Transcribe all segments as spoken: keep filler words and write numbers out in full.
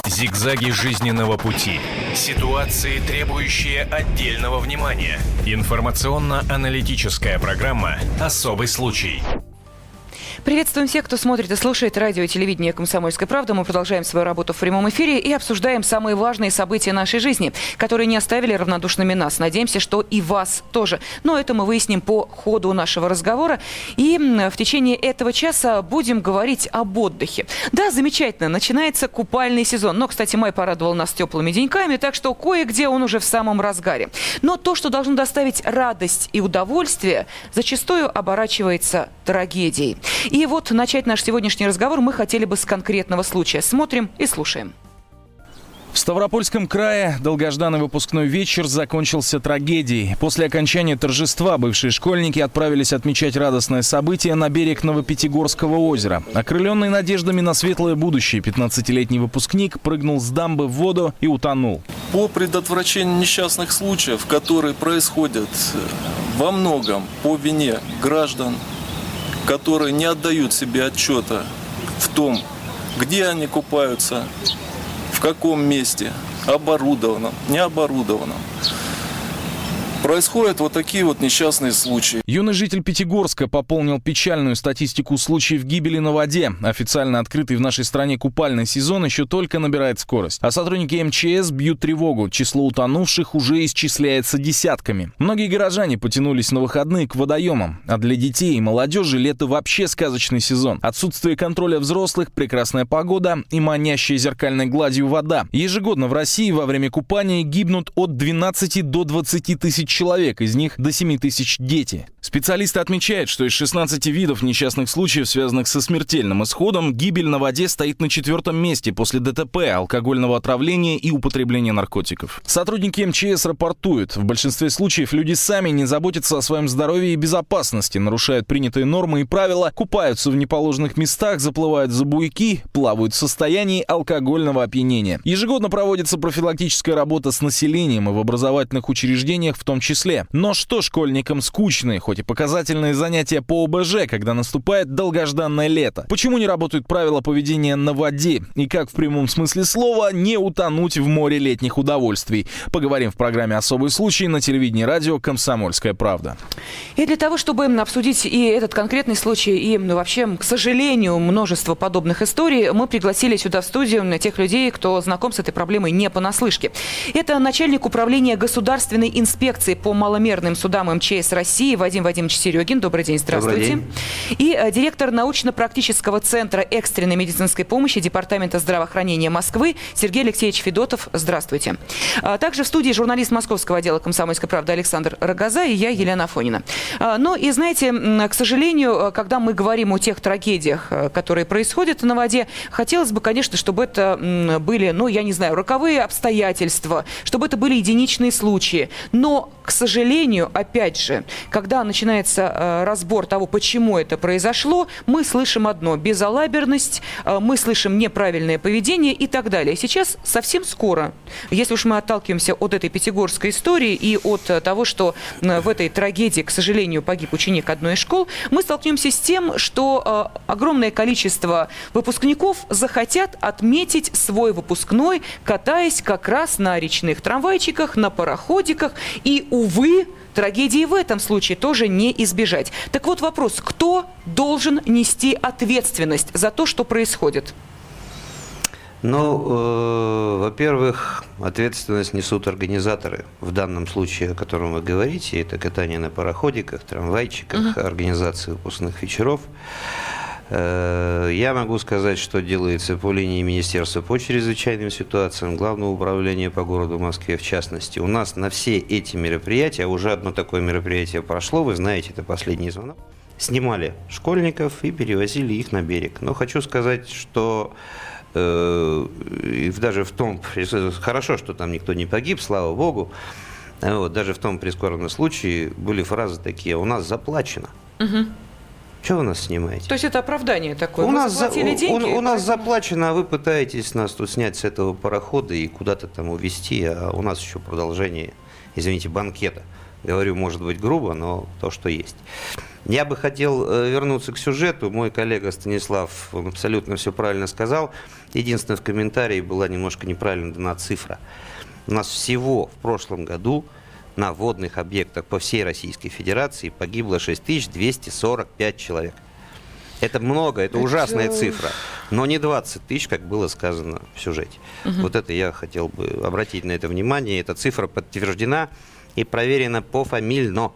Зигзаги жизненного пути. Ситуации, требующие отдельного внимания. Информационно-аналитическая программа «Особый случай». Приветствуем всех, кто смотрит и слушает радио и телевидение «Комсомольская правда». Мы продолжаем свою работу в прямом эфире и обсуждаем самые важные события нашей жизни, которые не оставили равнодушными нас. Надеемся, что и вас тоже. Но это мы выясним по ходу нашего разговора. И в течение этого часа будем говорить об отдыхе. Да, замечательно, начинается купальный сезон. Но, кстати, май порадовал нас теплыми деньками, так что кое-где он уже в самом разгаре. Но то, что должно доставить радость и удовольствие, зачастую оборачивается трагедией. И вот начать наш сегодняшний разговор мы хотели бы с конкретного случая. Смотрим и слушаем. В Ставропольском крае долгожданный выпускной вечер закончился трагедией. После окончания торжества бывшие школьники отправились отмечать радостное событие на берег Новопятигорского озера. Окрыленный надеждами на светлое будущее, пятнадцатилетний выпускник прыгнул с дамбы в воду и утонул. По предотвращению несчастных случаев, которые происходят во многом по вине граждан, которые не отдают себе отчета в том, где они купаются, в каком месте, оборудованном, необорудованном. Происходят вот такие вот несчастные случаи. Юный житель Пятигорска пополнил печальную статистику случаев гибели на воде. Официально открытый в нашей стране купальный сезон еще только набирает скорость. А сотрудники эм че эс бьют тревогу. Число утонувших уже исчисляется десятками. Многие горожане потянулись на выходные к водоемам. А для детей и молодежи лето вообще сказочный сезон. Отсутствие контроля взрослых, прекрасная погода и манящая зеркальной гладью вода. Ежегодно в России во время купания гибнут от двенадцати до двадцати тысяч человек, из них до семи тысяч дети. Специалисты отмечают, что из шестнадцати видов несчастных случаев, связанных со смертельным исходом, гибель на воде стоит на четвертом месте после дэ тэ пэ, алкогольного отравления и употребления наркотиков. Сотрудники эм че эс рапортуют, в большинстве случаев люди сами не заботятся о своем здоровье и безопасности, нарушают принятые нормы и правила, купаются в неположенных местах, заплывают за буйки, плавают в состоянии алкогольного опьянения. Ежегодно проводится профилактическая работа с населением и в образовательных учреждениях в том числе. Но что школьникам скучные, хоть и показательные занятия по о бэ жэ, когда наступает долгожданное лето? Почему не работают правила поведения на воде? И как в прямом смысле слова не утонуть в море летних удовольствий? Поговорим в программе «Особый случай» на телевидении и радио «Комсомольская правда». И для того, чтобы обсудить и этот конкретный случай, и вообще, к сожалению, множество подобных историй, мы пригласили сюда в студию тех людей, кто знаком с этой проблемой не понаслышке. Это начальник управления государственной инспекции по маломерным судам эм че эс России Вадим Вадимович Серегин. Добрый день, здравствуйте. Добрый день. И э, директор научно-практического центра экстренной медицинской помощи Департамента здравоохранения Москвы Сергей Алексеевич Федотов. Здравствуйте. А также в студии журналист московского отдела «Комсомольской правды» Александр Рогоза и я, Елена Афонина. А, ну и знаете, к сожалению, когда мы говорим о тех трагедиях, которые происходят на воде, хотелось бы, конечно, чтобы это были, ну, я не знаю, роковые обстоятельства, чтобы это были единичные случаи. Но, к сожалению, опять же, когда начинается э, разбор того, почему это произошло, мы слышим одно – безалаберность, э, мы слышим неправильное поведение и так далее. Сейчас совсем скоро, если уж мы отталкиваемся от этой пятигорской истории и от э, того, что э, в этой трагедии, к сожалению, погиб ученик одной из школ, мы столкнемся с тем, что э, огромное количество выпускников захотят отметить свой выпускной, катаясь как раз на речных трамвайчиках, на пароходиках. И, увы, трагедии в этом случае тоже не избежать. Так вот вопрос, кто должен нести ответственность за то, что происходит? Ну, э, во-первых, ответственность несут организаторы. В данном случае, о котором вы говорите, это катание на пароходиках, трамвайчиках, uh-huh. организация выпускных вечеров. Я могу сказать, что делается по линии Министерства по чрезвычайным ситуациям, Главного управления по городу Москве в частности. У нас на все эти мероприятия, уже одно такое мероприятие прошло, вы знаете, это последний звонок, снимали школьников и перевозили их на берег. Но хочу сказать, что э, даже в том, хорошо, что там никто не погиб, слава богу, вот, даже в том прискорбном случае были фразы такие: «У нас заплачено». Угу. Чего вы нас снимаете? То есть это оправдание такое? У, нас, за, деньги, у, у нас заплачено, а вы пытаетесь нас тут снять с этого парохода и куда-то там увезти, а у нас еще продолжение, извините, банкета. Говорю, может быть, грубо, но то, что есть. Я бы хотел вернуться к сюжету. Мой коллега Станислав, он абсолютно все правильно сказал. Единственное, в комментарии была немножко неправильно дана цифра. У нас всего в прошлом году на водных объектах по всей Российской Федерации погибло шесть тысяч двести сорок пять человек. Это много, это, это ужасная цифра. Но не двадцать тысяч, как было сказано в сюжете. Угу. Вот это я хотел бы обратить на это внимание. Эта цифра подтверждена и проверена пофамильно.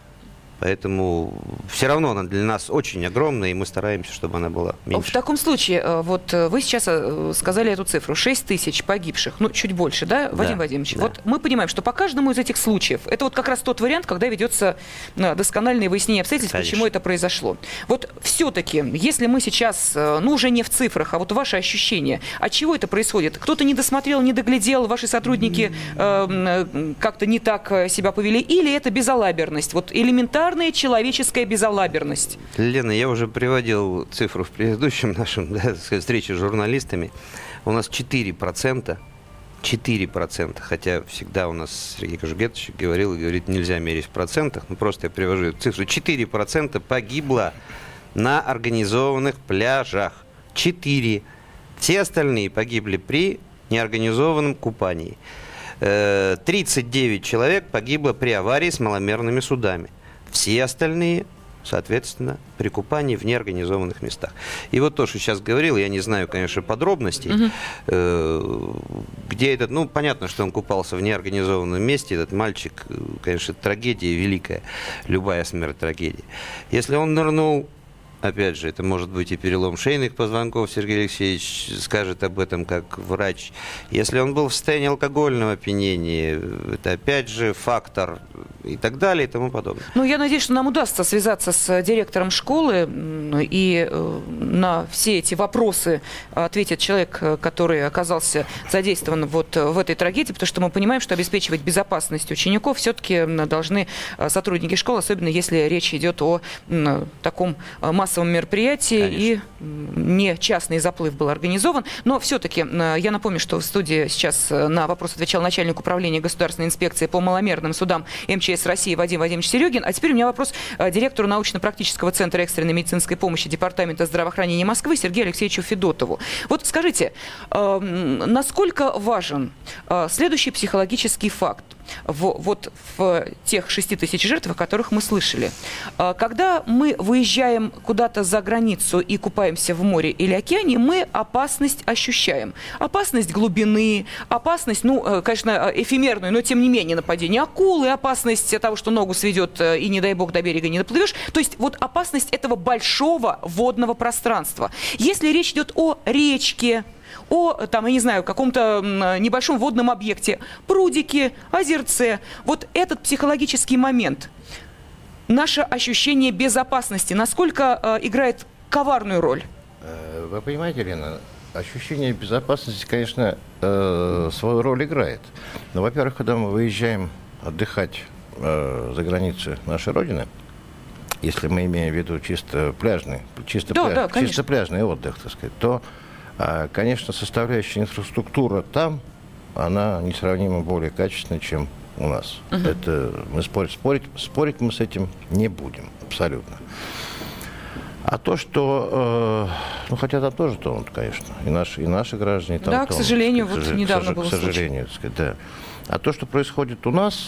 Поэтому все равно она для нас очень огромная, и мы стараемся, чтобы она была меньше. В таком случае, вот вы сейчас сказали эту цифру, шесть тысяч погибших, ну, чуть больше, да, да Вадим Вадимович? Да. Вот мы понимаем, что по каждому из этих случаев, это вот как раз тот вариант, когда ведется доскональное выяснение обстоятельств, Конечно. Почему это произошло. Вот все-таки, если мы сейчас, ну, уже не в цифрах, а вот ваши ощущения, от чего это происходит? Кто-то не досмотрел, не доглядел, ваши сотрудники э, как-то не так себя повели, или это безалаберность? Вот элементарно человеческая безалаберность. Лена, я уже приводил цифру в предыдущем нашем да, встрече с журналистами. У нас четыре процента, четыре процента, хотя всегда у нас Сергей Кожугетович говорил и говорит, нельзя мерить в процентах, ну просто я привожу цифру. четыре процента погибло на организованных пляжах. четыре. Все остальные погибли при неорганизованном купании. тридцать девять человек погибло при аварии с маломерными судами. Все остальные, соответственно, при купании в неорганизованных местах. И вот то, что сейчас говорил, я не знаю, конечно, подробностей, угу. э, где этот, ну, понятно, что он купался в неорганизованном месте, этот мальчик, конечно, трагедия великая, любая смерть трагедия. Если он нырнул, опять же, это может быть и перелом шейных позвонков, Сергей Алексеевич скажет об этом как врач. Если он был в состоянии алкогольного опьянения, это опять же фактор и так далее и тому подобное. Ну, я надеюсь, что нам удастся связаться с директором школы, и на все эти вопросы ответит человек, который оказался задействован вот в этой трагедии, потому что мы понимаем, что обеспечивать безопасность учеников все-таки должны сотрудники школы, особенно если речь идет о таком массовом мероприятии, Конечно. И не частный заплыв был организован. Но все-таки я напомню, что в студии сейчас на вопрос отвечал начальник управления Государственной инспекции по маломерным судам эм че эс России Вадим Вадимович Серегин. А теперь у меня вопрос директору научно-практического центра экстренной медицинской помощи Департамента здравоохранения Москвы Сергею Алексеевичу Федотову. Вот скажите, насколько важен следующий психологический факт? В, вот в тех шести тысяч жертв, о которых мы слышали. Когда мы выезжаем куда-то за границу и купаемся в море или океане, мы опасность ощущаем. Опасность глубины, опасность, ну, конечно, эфемерную, но тем не менее нападение акулы, опасность того, что ногу сведет и, не дай бог, до берега не доплывешь. То есть вот опасность этого большого водного пространства. Если речь идет о речке, о, там, я не знаю, каком-то небольшом водном объекте, прудике, озерце. Вот этот психологический момент, наше ощущение безопасности, насколько э, играет коварную роль? Вы понимаете, Лена, ощущение безопасности, конечно, э, свою роль играет. Но, во-первых, когда мы выезжаем отдыхать э, за границу нашей Родины, если мы имеем в виду чисто пляжный, чисто, да, пля... да, чисто пляжный отдых, так сказать, то конечно, составляющая инфраструктура там, она несравнимо более качественная, чем у нас. Uh-huh. Это мы спорить, спорить, спорить мы с этим не будем, абсолютно. А то, что, э, ну, хотя там тоже тонут, конечно, и наши, и наши граждане там да, тонут. к сожалению, сказать, вот к недавно сож... было К сожалению, так сказать, да. А то, что происходит у нас,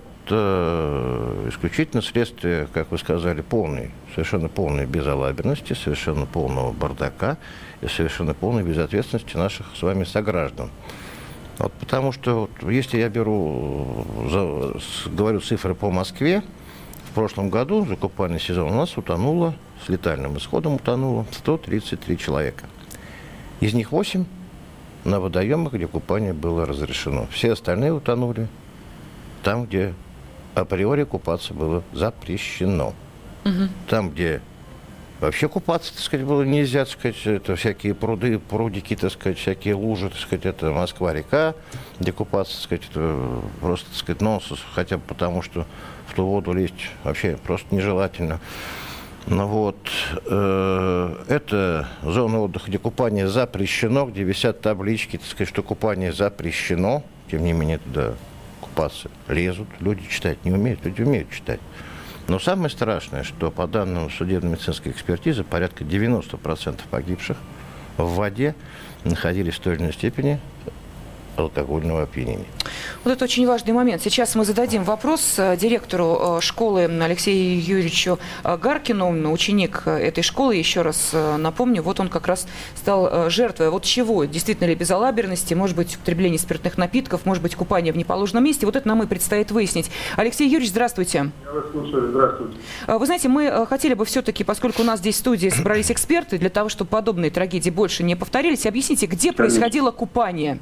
это исключительно следствие, как вы сказали, полной, совершенно полной безалаберности, совершенно полного бардака и совершенно полной безответственности наших с вами сограждан. Вот потому что, вот, если я беру, за, с, говорю цифры по Москве, в прошлом году за купальный сезон у нас утонуло, с летальным исходом утонуло сто тридцать три человека. Из них восемь на водоемах, где купание было разрешено. Все остальные утонули там, где априори купаться было запрещено. Угу. Там, где вообще купаться, так сказать, было нельзя, так сказать, это всякие пруды, прудики, так сказать, всякие лужи, так сказать, это Москва-река, где купаться, так сказать, это просто, так сказать, нонсенс, хотя бы потому, что в ту воду лезть вообще просто нежелательно. Ну вот, э, это зона отдыха, где купание запрещено, где висят таблички, так сказать, что купание запрещено, тем не менее туда купаться лезут, люди читать не умеют, люди умеют читать. Но самое страшное, что по данным судебно-медицинской экспертизы, порядка девяносто процентов погибших в воде находились в той или иной степени алкогольного опьянения. Вот это очень важный момент. Сейчас мы зададим вопрос директору школы Алексею Юрьевичу Гаркину, ученик этой школы. Еще раз напомню, вот он как раз стал жертвой. Вот чего? Действительно ли безалаберности, может быть, употребление спиртных напитков, может быть, купание в неположенном месте? Вот это нам и предстоит выяснить. Алексей Юрьевич, здравствуйте. Я вас слушаю. Здравствуйте. Вы знаете, мы хотели бы все-таки, поскольку у нас здесь в студии собрались эксперты, для того, чтобы подобные трагедии больше не повторились, объясните, где происходило купание?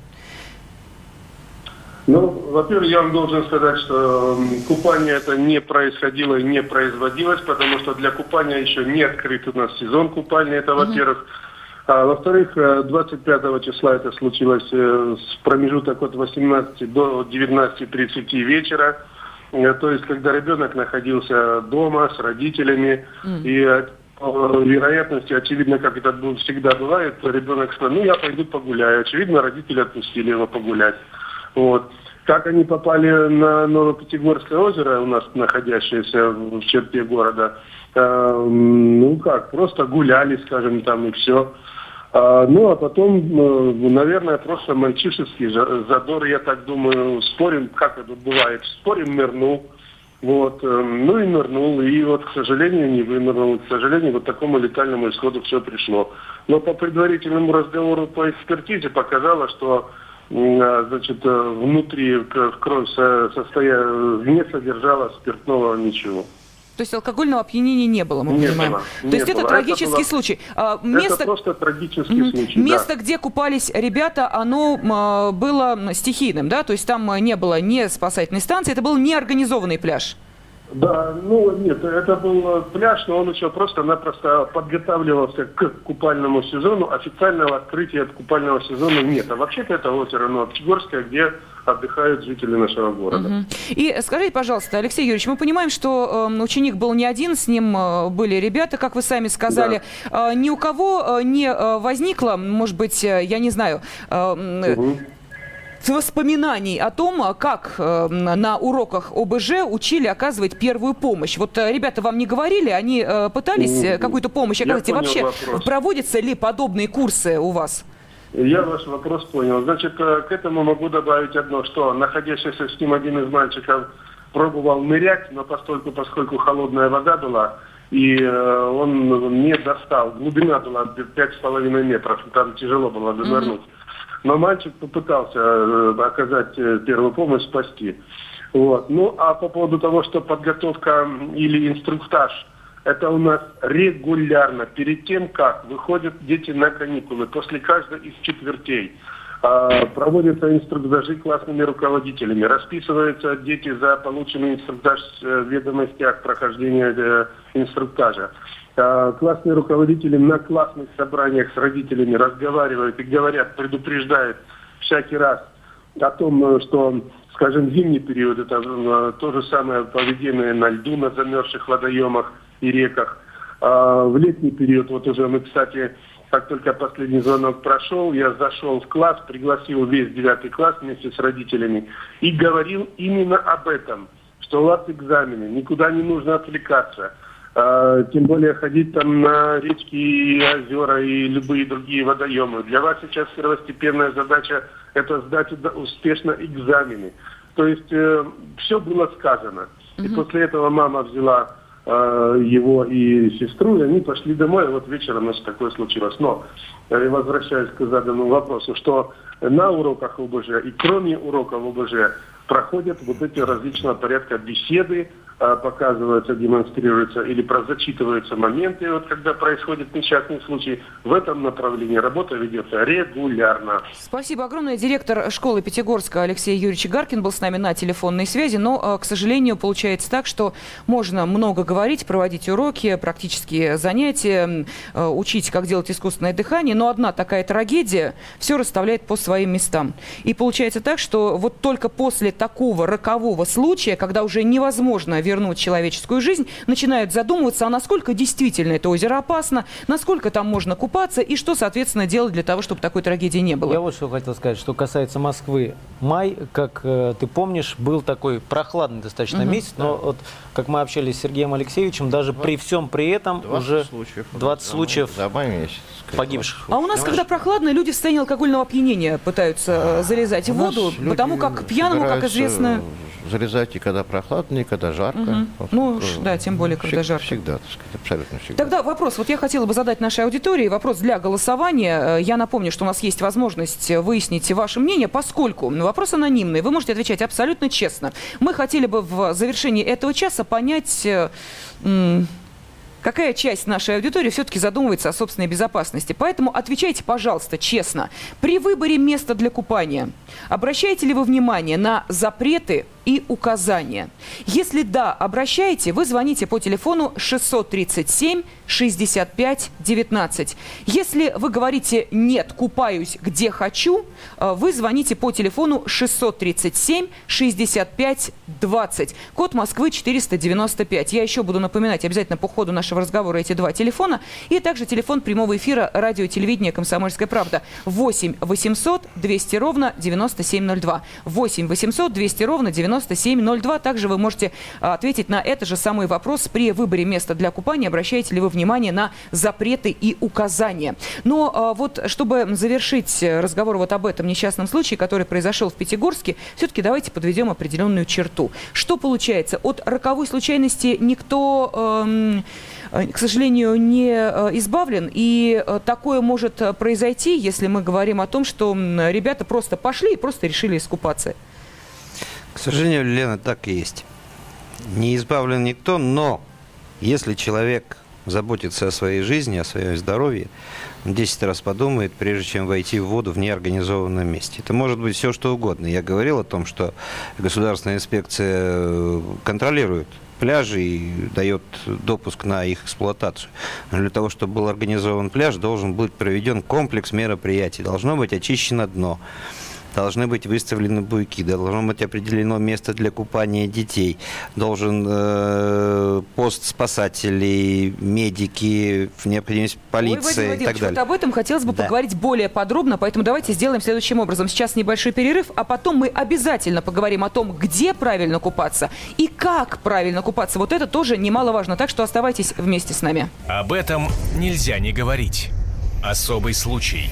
Ну, во-первых, я вам должен сказать, что купание это не происходило и не производилось, потому что для купания еще не открыт у нас сезон купания, это во-первых. А во-вторых, двадцать пятого числа это случилось с промежуток от восемнадцати до девятнадцати тридцати вечера. То есть, когда ребенок находился дома с родителями, mm. и по вероятности, очевидно, как это всегда бывает, ребенок сказал, ну, я пойду погуляю. Очевидно, родители отпустили его погулять. Вот. Как они попали на Новопятигорское озеро, у нас находящееся в черте города, э, ну как, просто гуляли, скажем, там и все. А, ну а потом, э, наверное, просто мальчишеский задор, я так думаю, спорим, как это бывает, спорим, нырнул. Вот, э, ну и нырнул, и вот, к сожалению, не вынырнул. К сожалению, вот такому летальному исходу все пришло. Но по предварительному разговору по экспертизе показало, что значит, внутри кровь состоя... не содержала спиртного ничего. То есть алкогольного опьянения не было, мы не понимаем. Было, То не есть было. это трагический это было... случай. А, место... Это просто трагический mm-hmm. случай. Место, да. где купались ребята, оно а, было стихийным, да? То есть там не было ни спасательной станции, это был неорганизованный пляж. Да, ну нет, это был пляж, но он еще просто-напросто подготавливался к купальному сезону. Официального открытия купального сезона нет. А вообще-то это озеро Новопятигорское, где отдыхают жители нашего города. Угу. И скажите, пожалуйста, Алексей Юрьевич, мы понимаем, что э, ученик был не один, с ним э, были ребята, как вы сами сказали. Да. Э, ни у кого э, не э, возникло, может быть, э, я не знаю... Э, угу. воспоминаний о том, как э, на уроках ОБЖ учили оказывать первую помощь. Вот э, ребята вам не говорили, они э, пытались э, какую-то помощь оказать? И вообще, вопрос. Проводятся ли подобные курсы у вас? Я ваш вопрос понял. Значит, э, к этому могу добавить одно, что находящийся с ним один из мальчиков пробовал нырять, но поскольку, поскольку холодная вода была, и э, он не достал, глубина была пять с половиной метров, там тяжело было донырнуть. Mm-hmm. Но мальчик попытался э, оказать э, первую помощь, спасти. Вот. Ну, а по поводу того, что подготовка или инструктаж, это у нас регулярно, перед тем, как выходят дети на каникулы, после каждой из четвертей, э, проводятся инструктажи классными руководителями, расписываются дети за полученный инструктаж в ведомостях прохождения э, инструктажа. Классные руководители на классных собраниях с родителями разговаривают и говорят, предупреждают всякий раз о том, что, скажем, в зимний период это то же самое поведение на льду, на замерзших водоемах и реках. В летний период, вот уже мы, кстати, как только последний звонок прошел, я зашел в класс, пригласил весь девятый класс вместе с родителями и говорил именно об этом, что у вас экзамены, никуда не нужно отвлекаться. Uh, тем более ходить там на речки и озера и любые другие водоемы. Для вас сейчас первостепенная задача – это сдать успешно экзамены. То есть э, все было сказано. Uh-huh. И после этого мама взяла э, его и сестру, и они пошли домой, и вот вечером, значит, такое случилось. Но, э, возвращаясь к заданному вопросу, что на уроках ОБЖ и кроме уроков ОБЖ проходят вот эти различного порядка беседы, показываются, демонстрируются или зачитываются моменты, вот когда происходит несчастный случай. В этом направлении работа ведется регулярно. Спасибо огромное. Директор школы Пятигорска Алексей Юрьевич Гаркин был с нами на телефонной связи, но, к сожалению, получается так, что можно много говорить, проводить уроки, практические занятия, учить, как делать искусственное дыхание, но одна такая трагедия все расставляет по своим местам. И получается так, что вот только после такого рокового случая, когда уже невозможно вернуться вернуть человеческую жизнь, начинают задумываться, а насколько действительно это озеро опасно, насколько там можно купаться и что, соответственно, делать для того, чтобы такой трагедии не было. Я вот что хотел сказать, что касается Москвы. Май, как э, ты помнишь, был такой прохладный достаточно угу. месяц, но вот, как мы общались с Сергеем Алексеевичем, даже двадцать, при всем при этом уже случаев, двадцать случаев за май месяц, погибших. А у нас, когда прохладно, люди в состоянии алкогольного опьянения пытаются залезать в воду, потому как пьяному, как известно... Залезать и когда прохладно, и когда жарко. Угу. Вот, ну, вот, да, тем более, когда всегда, жарко. Всегда, так сказать, абсолютно всегда. Тогда вопрос. Вот я хотела бы задать нашей аудитории вопрос для голосования. Я напомню, что у нас есть возможность выяснить ваше мнение, поскольку вопрос анонимный. Вы можете отвечать абсолютно честно. Мы хотели бы в завершении этого часа понять... Какая часть нашей аудитории все-таки задумывается о собственной безопасности? Поэтому отвечайте, пожалуйста, честно. При выборе места для купания обращаете ли вы внимание на запреты и указания? Если да, обращаете, вы звоните по телефону шестьсот тридцать семь шестьдесят пять девятнадцать. Если вы говорите «нет, купаюсь где хочу», вы звоните по телефону шестьсот тридцать семь шестьдесят пять двадцать. Код Москвы четыреста девяносто пять. Я еще буду напоминать обязательно по ходу нашего разговора эти два телефона. И также телефон прямого эфира радио и телевидения «Комсомольская правда». восемь восемьсот двести ровно девяносто семь ноль два. восемь восемьсот двести ровно девяносто семь ноль два. Также вы можете ответить на этот же самый вопрос при выборе места для купания. Обращаете ли вы внимание на запреты и указания? Но вот, чтобы завершить разговор вот об этом несчастном случае, который произошел в Пятигорске, все-таки давайте подведем определенную черту. Что получается? От роковой случайности никто... Эм, к сожалению, не избавлен. И такое может произойти, если мы говорим о том, что ребята просто пошли и просто решили искупаться. К сожалению, Лена, так и есть. Не избавлен никто, но если человек заботится о своей жизни, о своем здоровье, он десять раз подумает, прежде чем войти в воду в неорганизованном месте. Это может быть все, что угодно. Я говорил о том, что государственная инспекция контролирует пляжи и дает допуск на их эксплуатацию. Но для того, чтобы был организован пляж, должен быть проведен комплекс мероприятий. Должно быть очищено дно. Должны быть выставлены буйки, должно быть определено место для купания детей, должен э, пост спасателей, медики, необходимость полиции. Ой, и так далее. Вот об этом хотелось бы да. поговорить более подробно, поэтому давайте сделаем следующим образом. Сейчас небольшой перерыв, а потом мы обязательно поговорим о том, где правильно купаться и как правильно купаться. Вот это тоже немаловажно, так что оставайтесь вместе с нами. Об этом нельзя не говорить. Особый случай.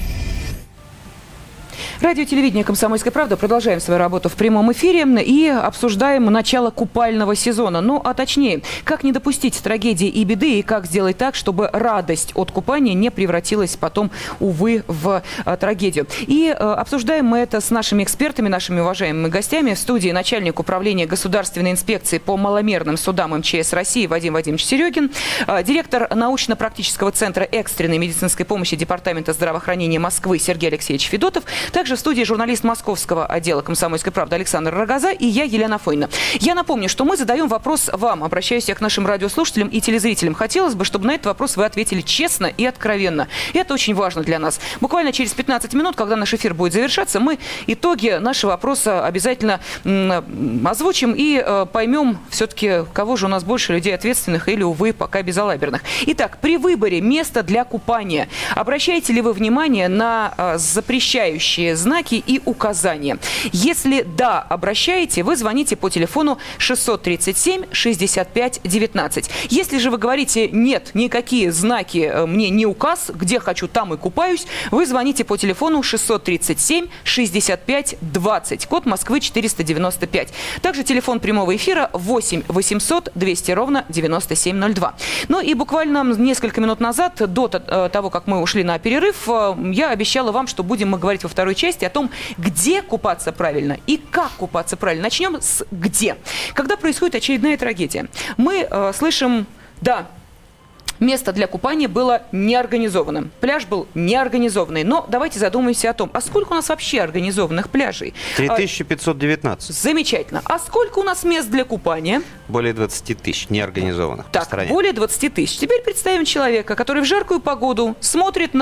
Радио и телевидение «Комсомольская правда». Продолжаем свою работу в прямом эфире и обсуждаем начало купального сезона. Ну, а точнее, как не допустить трагедии и беды, и как сделать так, чтобы радость от купания не превратилась потом, увы, в а, трагедию. И а, обсуждаем мы это с нашими экспертами, нашими уважаемыми гостями. В студии начальник управления Государственной инспекции по маломерным судам эм че эс России Вадим Вадимович Серегин, а, директор научно-практического центра экстренной медицинской помощи Департамента здравоохранения Москвы Сергей Алексеевич Федотов. Также в студии журналист московского отдела «Комсомольской правды» Александр Рогоза и я, Елена Фойна. Я напомню, что мы задаем вопрос вам. Обращаюсь я к нашим радиослушателям и телезрителям. Хотелось бы, чтобы на этот вопрос вы ответили честно и откровенно. И это очень важно для нас. Буквально через пятнадцать минут, когда наш эфир будет завершаться, мы итоги нашего вопроса обязательно м, озвучим и э, поймем все-таки, кого же у нас больше людей ответственных или, увы, пока безалаберных. Итак, при выборе места для купания обращаете ли вы внимание на э, запрещающие знаки и указания? Если да, обращаете, вы звоните по телефону шестьсот тридцать семь шестьдесят пять девятнадцать. Если же вы говорите «нет, никакие знаки мне не указ, где хочу, там и купаюсь», вы звоните по телефону шестьсот тридцать семь шестьдесят пять двадцать, код Москвы четыреста девяносто пять. Также телефон прямого эфира восемь восемьсот двести ровно девяносто семь ноль два. Ну и буквально несколько минут назад, до того, как мы ушли на перерыв, я обещала вам, что будем мы говорить во второй части о том, где купаться правильно и как купаться правильно. Начнем с где. Когда происходит очередная трагедия, мы э, слышим, да, место для купания было неорганизованным. Пляж был неорганизованный. Но давайте задумаемся о том, а сколько у нас вообще организованных пляжей? три тысячи пятьсот девятнадцать. Замечательно. А сколько у нас мест для купания? Более двадцати тысяч неорганизованных так, по стране. Более двадцати тысяч. Теперь представим человека, который в жаркую погоду смотрит на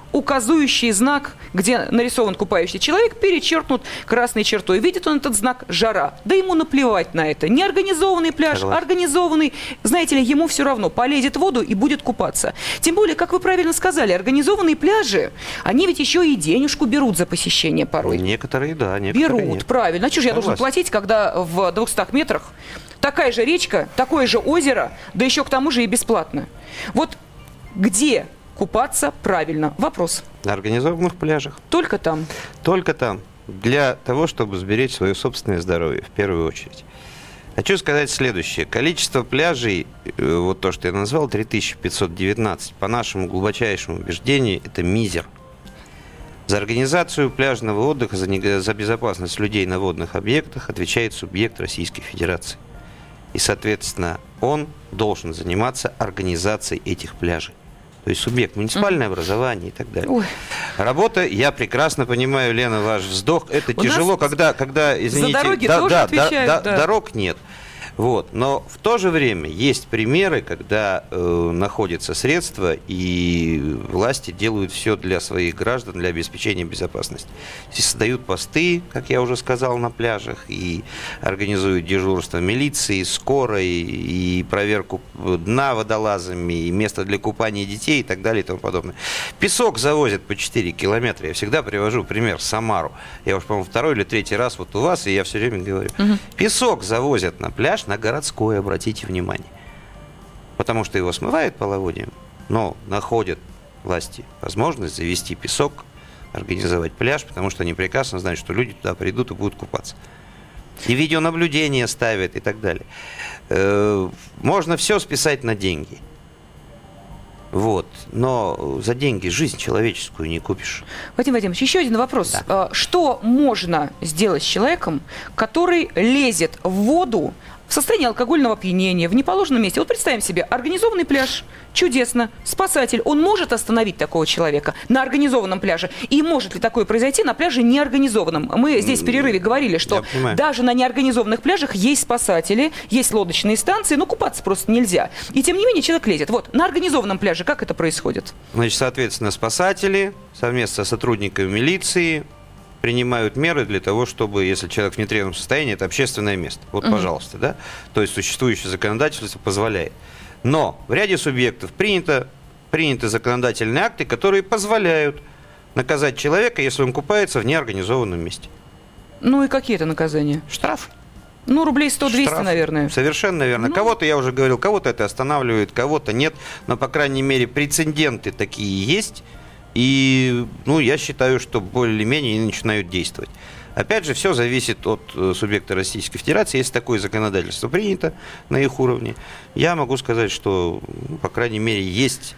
указующий знак, где нарисован купающийся человек, перечеркнут красной чертой. Видит он этот знак «жара». Да ему наплевать на это. Неорганизованный пляж, Согласен. организованный. Знаете ли, ему все равно. Полезет в воду и будет купаться. Тем более, как вы правильно сказали, организованные пляжи, они ведь еще и денежку берут за посещение порой. Некоторые, да, некоторые Берут, нет. правильно. А что же я должен Согласен. платить, когда в двухстах метрах такая же речка, такое же озеро, да еще к тому же и бесплатно? Вот где купаться правильно? Вопрос. На организованных пляжах. Только там. Только там. Для того, чтобы сберечь свое собственное здоровье, в первую очередь. Хочу сказать следующее. Количество пляжей, вот то, что я назвал, три тысячи пятьсот девятнадцать, по нашему глубочайшему убеждению, это мизер. За организацию пляжного отдыха, за, не, за безопасность людей на водных объектах отвечает субъект Российской Федерации. И, соответственно, он должен заниматься организацией этих пляжей. То есть субъект муниципальное mm-hmm. образование и так далее. Ой. Работа, я прекрасно понимаю, Лена, ваш вздох. Это У тяжело, когда, когда, извините, за дороги да, тоже да, отвечают, да, да. дорог нет. Вот. Но в то же время есть примеры, когда э, находятся средства, и власти делают все для своих граждан, для обеспечения безопасности. Здесь создают посты, как я уже сказал, на пляжах, и организуют дежурство милиции, скорой, и проверку дна водолазами, и место для купания детей, и так далее, и тому подобное. Песок завозят по четыре километра. Я всегда привожу пример Самару. Я уж, по-моему, второй или третий раз вот у вас, и я все время говорю. Угу. Песок завозят на пляж, на городской, обратите внимание. Потому что его смывают половодьем, но находят власти возможность завести песок, организовать пляж, потому что они прекрасно знают, что люди туда придут и будут купаться. И видеонаблюдение ставят и так далее. Можно все списать на деньги. Вот. Но за деньги жизнь человеческую не купишь. Вадим Вадимович, еще один вопрос. Да. Что можно сделать с человеком, который лезет в воду в состоянии алкогольного опьянения, в неположенном месте? Вот представим себе, организованный пляж, чудесно, спасатель, он может остановить такого человека на организованном пляже? И может ли такое произойти на пляже неорганизованном? Мы здесь в перерыве говорили, что даже на неорганизованных пляжах есть спасатели, есть лодочные станции, но купаться просто нельзя. И тем не менее человек лезет. Вот, на организованном пляже как это происходит? Значит, соответственно, спасатели совместно с сотрудниками милиции принимают меры для того, чтобы, если человек в нетрезвом состоянии, это общественное место. Вот, угу. пожалуйста, да? То есть существующее законодательство позволяет. Но в ряде субъектов принято, приняты законодательные акты, которые позволяют наказать человека, если он купается в неорганизованном месте. Ну и какие это наказания? Штраф. Ну, рублей сто-двести, наверное. Совершенно верно. Ну... Кого-то, я уже говорил, кого-то это останавливает, кого-то нет. Но, по крайней мере, прецеденты такие есть. И, ну, я считаю, что более-менее они начинают действовать. Опять же, все зависит от субъекта Российской Федерации. Если такое законодательство принято на их уровне, я могу сказать, что, по крайней мере, есть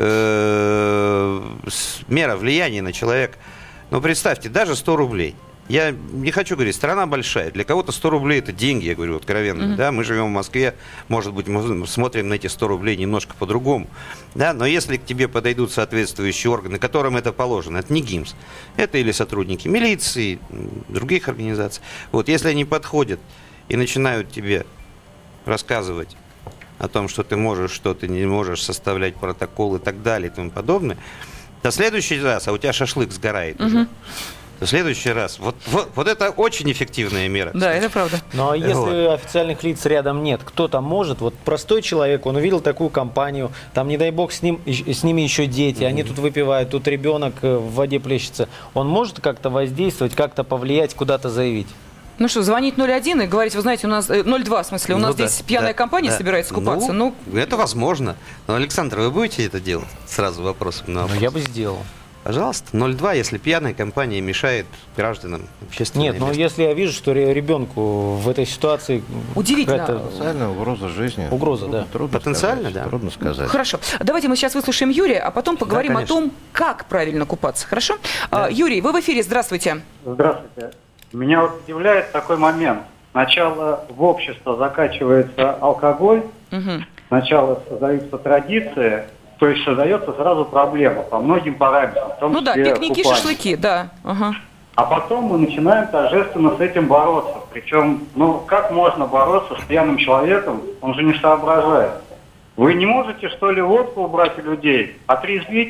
э, мера влияния на человека. Но представьте, даже сто рублей. Я не хочу говорить, страна большая. Для кого-то сто рублей – это деньги, я говорю откровенно. Mm-hmm. Да? Мы живем в Москве, может быть, мы смотрим на эти сто рублей немножко по-другому. Да? Но если к тебе подойдут соответствующие органы, которым это положено, это не ГИМС, это или сотрудники милиции, других организаций. Вот, если они подходят и начинают тебе рассказывать о том, что ты можешь, что ты не можешь, составлять протокол и так далее и тому подобное, то в следующий раз, а у тебя шашлык сгорает mm-hmm. уже, в следующий раз. Вот, вот, вот это очень эффективная мера. Да, это правда. Ну а если вот. официальных лиц рядом нет, кто там может? Вот простой человек, он увидел такую компанию, там, не дай бог, с, ним, с ними еще дети, mm-hmm. они тут выпивают, тут ребенок в воде плещется. Он может как-то воздействовать, как-то повлиять, куда-то заявить? Ну что, звонить ноль один и говорить, вы знаете, у нас ноль два, в смысле, у нас ну, здесь да, пьяная да, компания да. собирается купаться. Ну, ну, это возможно. Но, Александр, вы будете это делать? Сразу вопрос на вопрос. Ну, я бы сделал. Пожалуйста, ноль два, если пьяная компания мешает гражданам общественное Нет, место. но если я вижу, что ребенку в этой ситуации... Удивительно. Потенциальная угроза жизни. Угроза, трудно, да. Трудно Потенциально, сказать, да. Трудно сказать. Хорошо. Давайте мы сейчас выслушаем Юрия, а потом поговорим да, о том, как правильно купаться. Хорошо? Да. Юрий, вы в эфире. Здравствуйте. Здравствуйте. Меня вот удивляет такой момент. Сначала в общество закачивается алкоголь, угу. сначала создаются традиции, то есть создается сразу проблема по многим параметрам. В том ну да, пикники, купание. Шашлыки, да. Ага. А потом мы начинаем торжественно с этим бороться. Причем, ну как можно бороться с пьяным человеком? Он же не соображает. Вы не можете, что ли, водку убрать у людей, отрезвить их,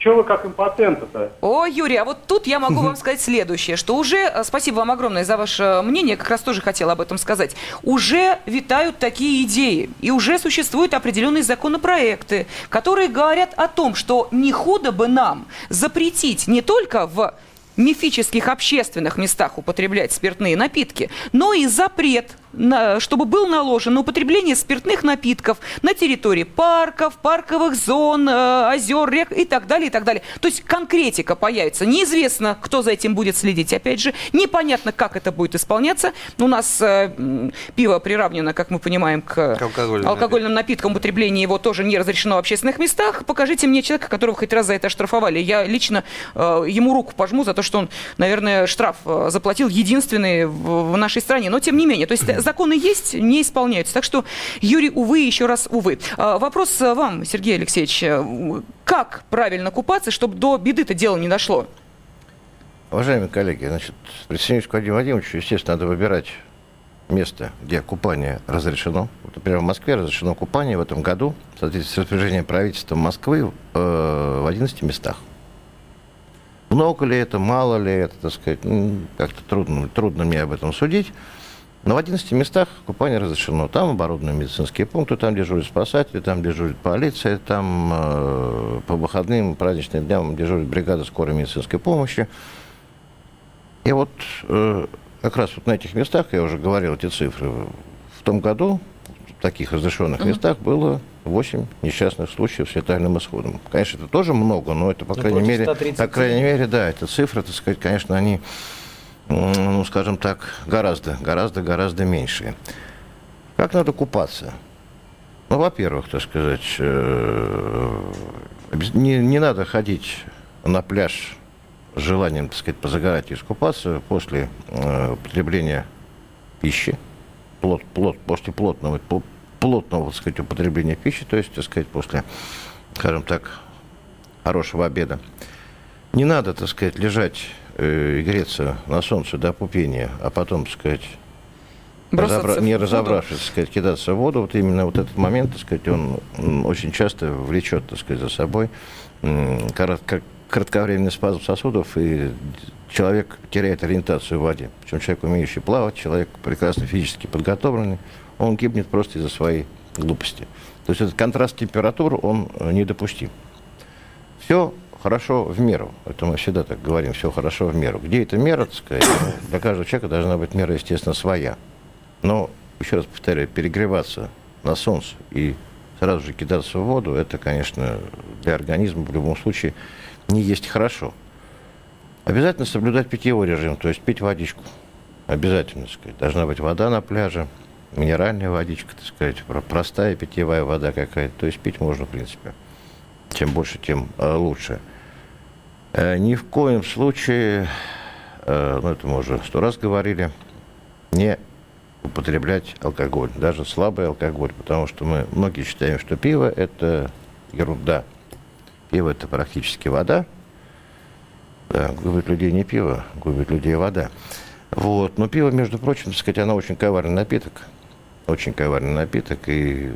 Чего вы как импотенты-то? О, Юрий, а вот тут я могу вам сказать следующее, что уже, спасибо вам огромное за ваше мнение, как раз тоже хотела об этом сказать, уже витают такие идеи, и уже существуют определенные законопроекты, которые говорят о том, что не худо бы нам запретить не только в мифических общественных местах употреблять спиртные напитки, но и запрет, на, чтобы был наложен на употребление спиртных напитков на территории парков, парковых зон, э, озер, рек и так далее, и так далее. То есть конкретика появится. Неизвестно, кто за этим будет следить. Опять же, непонятно, как это будет исполняться. У нас э, пиво приравнено, как мы понимаем, к, к алкогольным, алкогольным напиткам. Употребление его тоже не разрешено в общественных местах. Покажите мне человека, которого хоть раз за это оштрафовали. Я лично э, ему руку пожму за то, что он, наверное, штраф заплатил единственный в, в нашей стране. Но тем не менее, то есть законы есть, не исполняются. Так что, Юрий, увы, еще раз увы. А, вопрос вам, Сергей Алексеевич. Как правильно купаться, чтобы до беды-то дело не дошло? Уважаемые коллеги, значит, присоединюсь к Вадиму Вадимовичу. Естественно, надо выбирать место, где купание разрешено. Вот, например, в Москве разрешено купание в этом году, в соответствии с распоряжением правительства Москвы, э, в одиннадцати местах. Много ли это, мало ли это, так сказать, ну, как-то трудно, трудно мне об этом судить. Но в одиннадцати местах купание разрешено. Там оборудованы медицинские пункты, там дежурят спасатели, там дежурит полиция, там э, по выходным, праздничным дням дежурит бригада скорой медицинской помощи. И вот э, как раз вот на этих местах, я уже говорил эти цифры, в том году в таких разрешенных mm-hmm. местах было восемь несчастных случаев с летальным исходом. Конечно, это тоже много, но это, по крайней ну, мере, по крайней мере, да, это цифры, так сказать, конечно, они, ну, скажем так, гораздо, гораздо, гораздо меньшие. Как надо купаться? Ну, во-первых, так сказать, не, не надо ходить на пляж с желанием, так сказать, позагорать и искупаться после э, употребления пищи, плот, плот, после плотного, плотного, так сказать, употребления пищи, то есть, так сказать, после, скажем так, хорошего обеда. Не надо, так сказать, лежать э, и греться на солнце до опупения, а потом, так сказать, разобра... не разобравшись, так сказать, кидаться в воду. Вот именно вот этот момент, так сказать, он, он очень часто влечет, так сказать, за собой м- коротко, кратковременный спазм сосудов, и человек теряет ориентацию в воде. Причем человек, умеющий плавать, человек прекрасно физически подготовленный, он гибнет просто из-за своей глупости. То есть этот контраст температур, он недопустим. Все хорошо в меру. Это мы всегда так говорим, все хорошо в меру. Где эта мера, так сказать, для каждого человека должна быть мера, естественно, своя. Но, еще раз повторяю, перегреваться на солнце и сразу же кидаться в воду, это, конечно, для организма в любом случае не есть хорошо. Обязательно соблюдать питьевой режим, то есть пить водичку. Обязательно, так сказать. Должна быть вода на пляже, минеральная водичка, так сказать, простая питьевая вода какая-то. То есть пить можно, в принципе. Чем больше, тем э, лучше. Э, ни в коем случае, э, ну это мы уже сто раз говорили, не употреблять алкоголь, даже слабый алкоголь, потому что мы многие считаем, что пиво – это ерунда. Пиво – это практически вода. Да, губит людей не пиво, губит людей вода. Вот. Но пиво, между прочим, так сказать, оно очень коварный напиток. Очень коварный напиток. И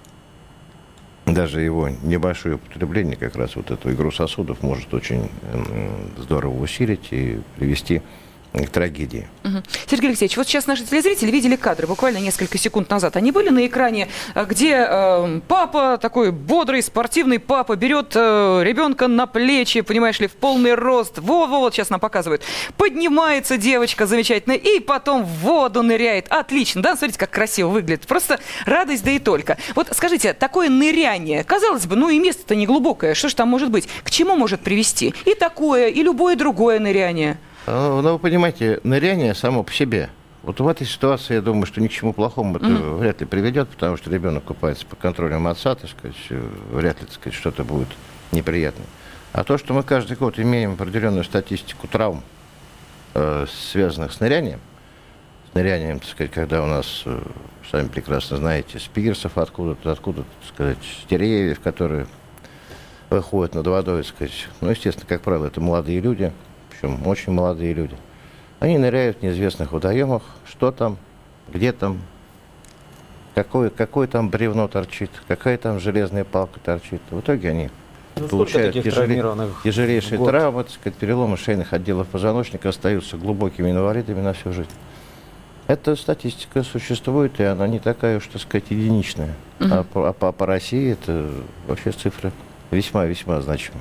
даже его небольшое употребление, как раз вот эту игру сосудов, может очень здорово усилить и привести к трагедии. Угу. Сергей Алексеевич, вот сейчас наши телезрители видели кадры буквально несколько секунд назад. Они были на экране, где э, папа, такой бодрый, спортивный папа, берет э, ребенка на плечи, понимаешь ли, в полный рост. Во-во, вот сейчас нам показывают. Поднимается девочка замечательная и потом в воду ныряет. Отлично, да? Смотрите, как красиво выглядит. Просто радость, да и только. Вот скажите, такое ныряние, казалось бы, ну и место-то не глубокое, что же там может быть? К чему может привести? И такое, и любое другое ныряние. Ну, вы понимаете, ныряние само по себе. Вот в этой ситуации, я думаю, что ни к чему плохому это mm-hmm. вряд ли приведет, потому что ребенок купается под контролем отца, так сказать, вряд ли, так сказать, что-то будет неприятное. А то, что мы каждый год имеем определенную статистику травм, э, связанных с нырянием, с нырянием, так сказать, когда у нас, э, сами прекрасно знаете, с пирсов откуда-то, откуда-то, так сказать, с деревьев, которые выходят над водой, так сказать. Ну, естественно, как правило, это молодые люди, причем очень молодые люди. Они ныряют в неизвестных водоемах, что там, где там, какое, какое там бревно торчит, какая там железная палка торчит. В итоге они Ну, получают таких тяжелей, травмированных тяжелейшие травмы, так сказать, переломы шейных отделов позвоночника, остаются глубокими инвалидами на всю жизнь. Эта статистика существует, и она не такая уж, так сказать, единичная. Uh-huh. А, по, а по, по России это вообще цифры весьма-весьма значимые.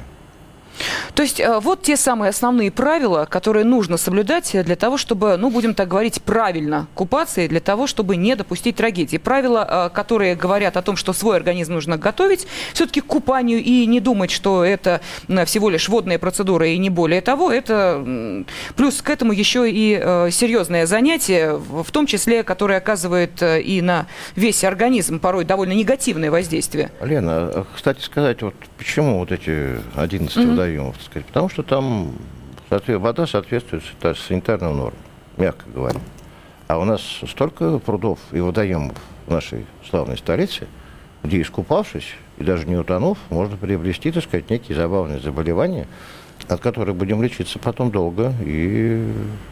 То есть вот те самые основные правила, которые нужно соблюдать для того, чтобы, ну, будем так говорить, правильно купаться и для того, чтобы не допустить трагедии. Правила, которые говорят о том, что свой организм нужно готовить все-таки к купанию и не думать, что это всего лишь водная процедура и не более того. Это плюс к этому еще и серьезное занятие, в том числе, которое оказывает и на весь организм порой довольно негативное воздействие. Лена, кстати сказать, вот почему вот эти одиннадцать mm-hmm. водоемов? Так сказать, потому что там вода соответствует санитарным нормам, мягко говоря. А у нас столько прудов и водоемов в нашей славной столице, где, искупавшись и даже не утонув, можно приобрести, так сказать, некие забавные заболевания, от которых будем лечиться потом долго и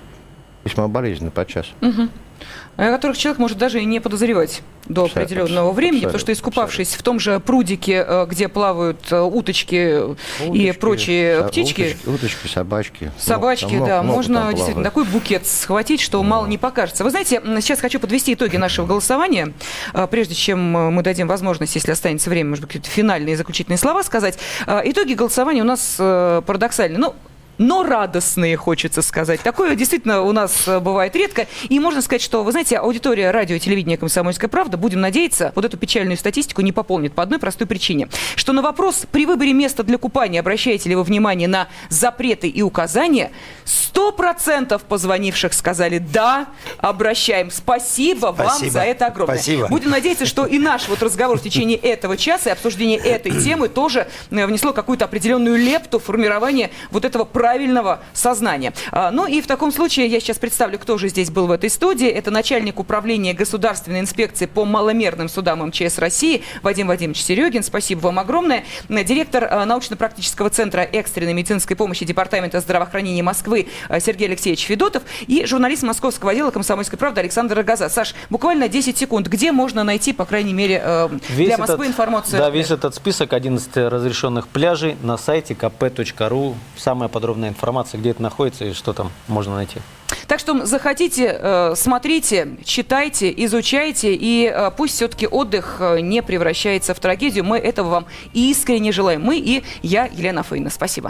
весьма болезненно подчас. Угу. О которых человек может даже и не подозревать до абсолютно, определенного времени, потому что, искупавшись абсолютно. в том же прудике, где плавают уточки, уточки и прочие со- птички, уточки, уточки, собачки, собачки, ну, да, много, можно много действительно такой букет схватить, что mm. мало не покажется. Вы знаете, сейчас хочу подвести итоги нашего голосования, прежде чем мы дадим возможность, если останется время, может быть, какие-то финальные заключительные слова сказать. Итоги голосования у нас парадоксальны. Ну, но радостные, хочется сказать. Такое действительно у нас бывает редко. И можно сказать, что, вы знаете, аудитория радио и телевидения «Комсомольская правда», будем надеяться, вот эту печальную статистику не пополнит по одной простой причине. Что на вопрос, при выборе места для купания обращаете ли вы внимание на запреты и указания, сто процентов позвонивших сказали «да, обращаем». Спасибо, Спасибо. вам за это огромное. Спасибо. Будем надеяться, что и наш вот разговор в течение этого часа и обсуждение этой темы тоже внесло какую-то определенную лепту в формирование вот этого правильного сознания. Ну и в таком случае я сейчас представлю, кто же здесь был в этой студии. Это начальник управления Государственной инспекции по маломерным судам эм че эс России Вадим Вадимович Серегин. Спасибо вам огромное. Директор научно-практического центра экстренной медицинской помощи Департамента здравоохранения Москвы Сергей Алексеевич Федотов и журналист московского отдела «Комсомольской правды» Александр Рогоза. Саш, буквально десять секунд. Где можно найти, по крайней мере, весь для Москвы этот, информацию? Да, весь этот список одиннадцати разрешенных пляжей на сайте ка пэ точка ру. Самая подробная информация, где это находится и что там можно найти. Так что захотите, смотрите, читайте, изучайте, и пусть все-таки отдых не превращается в трагедию. Мы этого вам искренне желаем. Мы и я, Елена Фейна. Спасибо.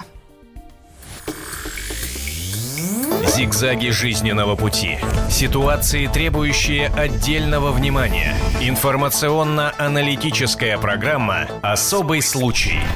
Зигзаги жизненного пути. Ситуации, требующие отдельного внимания. Информационно-аналитическая программа «Особый случай».